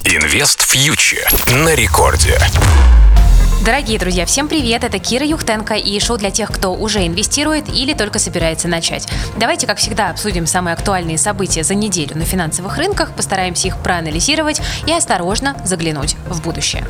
Инвест Фьючер на рекорде. Дорогие друзья, всем привет! Это Кира Юхтенко и шоу для тех, кто уже инвестирует или только собирается начать. Давайте, как всегда, обсудим самые актуальные события за неделю на финансовых рынках, постараемся их проанализировать и осторожно заглянуть в будущее.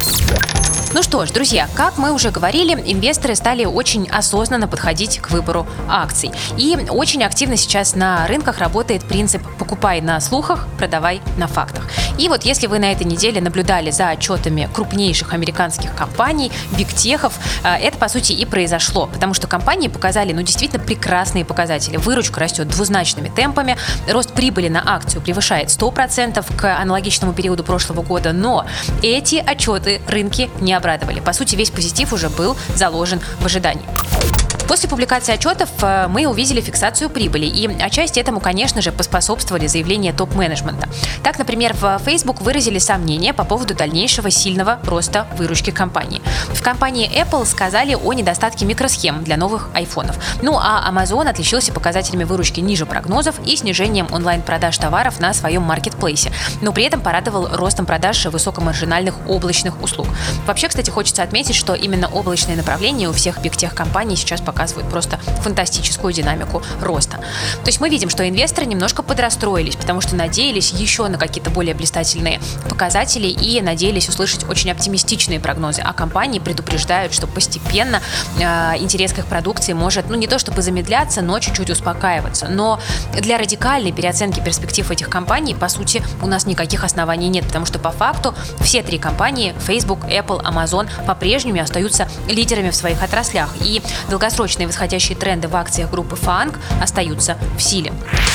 Ну что ж, друзья, как мы уже говорили, инвесторы стали очень осознанно подходить к выбору акций. И очень активно сейчас на рынках работает принцип «покупай на слухах, продавай на фактах». И вот если вы на этой неделе наблюдали за отчетами крупнейших американских компаний, бигтехов, это по сути и произошло, потому что компании показали действительно прекрасные показатели. Выручка растет двузначными темпами, рост прибыли на акцию превышает 100% к аналогичному периоду прошлого года, но эти отчеты рынки не обрадовали. По сути, весь позитив уже был заложен в ожидании. После публикации отчетов мы увидели фиксацию прибыли, и отчасти этому, конечно же, поспособствовали заявления топ-менеджмента. Так, например, в Facebook выразили сомнения по поводу дальнейшего сильного роста выручки компании. В компании Apple сказали о недостатке микросхем для новых айфонов. Ну а Amazon отличился показателями выручки ниже прогнозов и снижением онлайн-продаж товаров на своем маркетплейсе, но при этом порадовал ростом продаж высокомаржинальных облачных услуг. Вообще, кстати, хочется отметить, что именно облачные направления у всех бигтех-компаний сейчас показывают просто фантастическую динамику роста. То есть мы видим, что инвесторы немножко подрастроились, потому что надеялись еще на какие-то более блистательные показатели и надеялись услышать очень оптимистичные прогнозы. А компании предупреждают, что постепенно интерес к их продукции может, не то чтобы замедляться, но чуть-чуть успокаиваться. Но для радикальной переоценки перспектив этих компаний, по сути, у нас никаких оснований нет, потому что по факту все три компании, Facebook, Apple, Amazon, по-прежнему остаются лидерами в своих отраслях. И долгосрочные восходящие тренды в акциях группы FANG остаются в силе.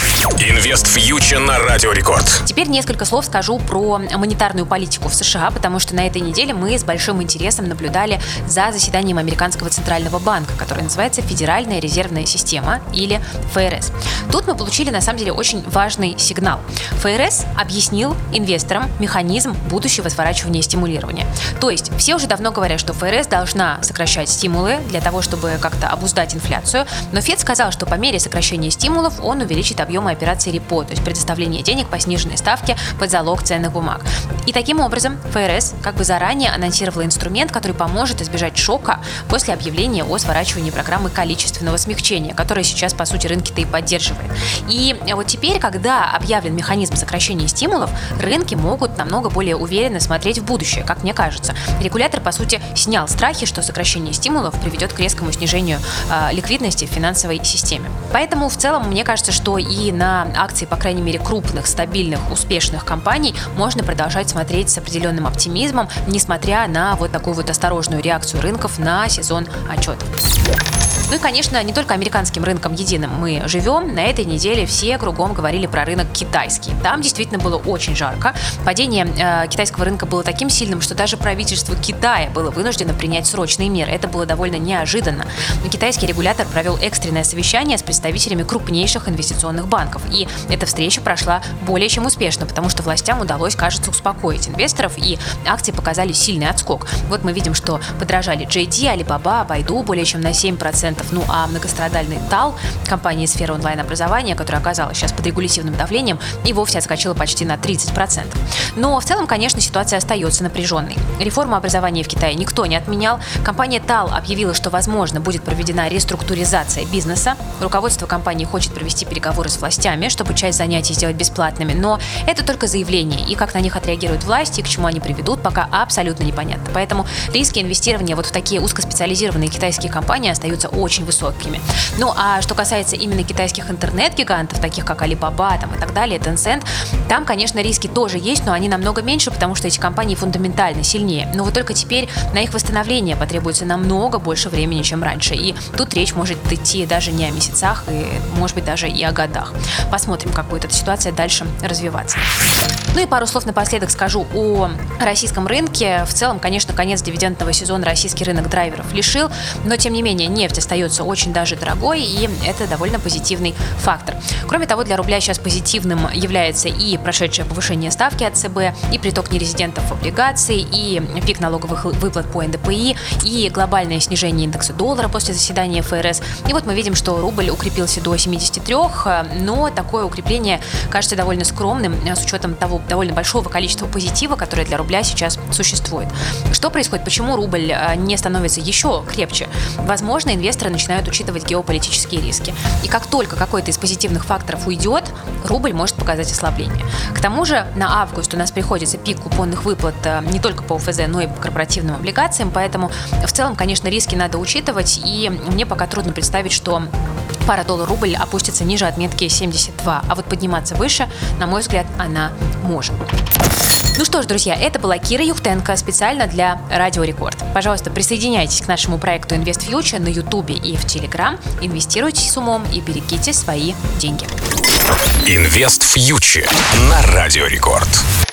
Инвест Фьючер на Радио Рекорд. Теперь несколько слов скажу про монетарную политику в США, потому что на этой неделе мы с большим интересом наблюдали за заседанием Американского центрального банка, который называется Федеральная резервная система или ФРС. Тут мы получили на самом деле очень важный сигнал. ФРС объяснил инвесторам механизм будущего сворачивания и стимулирования. То есть все уже давно говорят, что ФРС должна сокращать стимулы для того, чтобы как-то обуздать инфляцию, но Фед сказал, что по мере сокращения стимулов он увеличит объемы операций репо, то есть предоставление денег по сниженной ставке под залог ценных бумаг. И таким образом ФРС заранее анонсировала инструмент, который поможет избежать шока после объявления о сворачивании программы количественного смягчения, которая сейчас, по сути, рынки-то и поддерживает. И вот теперь, когда объявлен механизм сокращения стимулов, рынки могут намного более уверенно смотреть в будущее, как мне кажется. Регулятор, по сути, снял страхи, что сокращение стимулов приведет к резкому снижению ликвидности в финансовой системе. Поэтому в целом мне кажется, что и на акции, по крайней мере, крупных, стабильных, успешных компаний можно продолжать смотреть с определенным оптимизмом, несмотря на вот такую вот осторожную реакцию рынков на сезон отчетов. Ну и, конечно, не только американским рынком единым мы живем. На этой неделе все кругом говорили про рынок китайский. Там действительно было очень жарко. Падение китайского рынка было таким сильным, что даже правительство Китая было вынуждено принять срочные меры. Это было довольно неожиданно. Но китайский регулятор провел экстренное совещание с представителями крупнейших инвестиционных банков. И эта встреча прошла более чем успешно, потому что властям удалось, кажется, успокоить инвесторов, и акции показали сильный отскок. Вот мы видим, что подорожали JD, Alibaba, Baidu более чем на 7%. Ну а многострадальный TAL, компания из сферы онлайн-образования, которая оказалась сейчас под регулятивным давлением, и вовсе отскочила почти на 30%. Но в целом, конечно, ситуация остается напряженной. Реформу образования в Китае никто не отменял. Компания TAL объявила, что, возможно, будет проведена реструктуризация бизнеса. Руководство компании хочет провести переговоры с властями, чтобы часть занятий сделать бесплатными, но это только заявление, и как на них отреагируют власти, и к чему они приведут, пока абсолютно непонятно. Поэтому риски инвестирования вот в такие узкоспециализированные китайские компании остаются очень высокими. Ну а что касается именно китайских интернет-гигантов, таких как Alibaba и так далее, Tencent, там, конечно, риски тоже есть, но они намного меньше, потому что эти компании фундаментально сильнее. Но вот только теперь на их восстановление потребуется намного больше времени, чем раньше. И тут речь может идти даже не о месяцах, и, может быть, даже и о годах. Посмотрим, как будет эта ситуация дальше развиваться. Ну и пару слов напоследок скажу о российском рынке. В целом, конечно, конец дивидендного сезона российский рынок драйверов лишил, но, тем не менее, нефть остается очень даже дорогой, и это довольно позитивный фактор. Кроме того, для рубля сейчас позитивным является и прошедшее повышение ставки от ЦБ, и приток нерезидентов в облигации, и пик налоговых выплат по НДПИ, и глобальное снижение индекса доллара после заседания ФРС. И вот мы видим, что рубль укрепился до 73, но но такое укрепление кажется довольно скромным с учетом того довольно большого количества позитива, которое для рубля сейчас существует. Что происходит? Почему рубль не становится еще крепче? Возможно, инвесторы начинают учитывать геополитические риски. И как только какой-то из позитивных факторов уйдет, рубль может показать ослабление. К тому же на август у нас приходится пик купонных выплат не только по ОФЗ, но и по корпоративным облигациям, поэтому в целом, конечно, риски надо учитывать, и мне пока трудно представить, что пара доллар-рубль опустится ниже отметки 72, а вот подниматься выше, на мой взгляд, она может. Ну что ж, друзья, это была Кира Юхтенко специально для Радио Рекорд. Пожалуйста, присоединяйтесь к нашему проекту Invest Future на Ютубе и в Телеграм, инвестируйте с умом и берегите свои деньги. Invest Future на Радио Рекорд.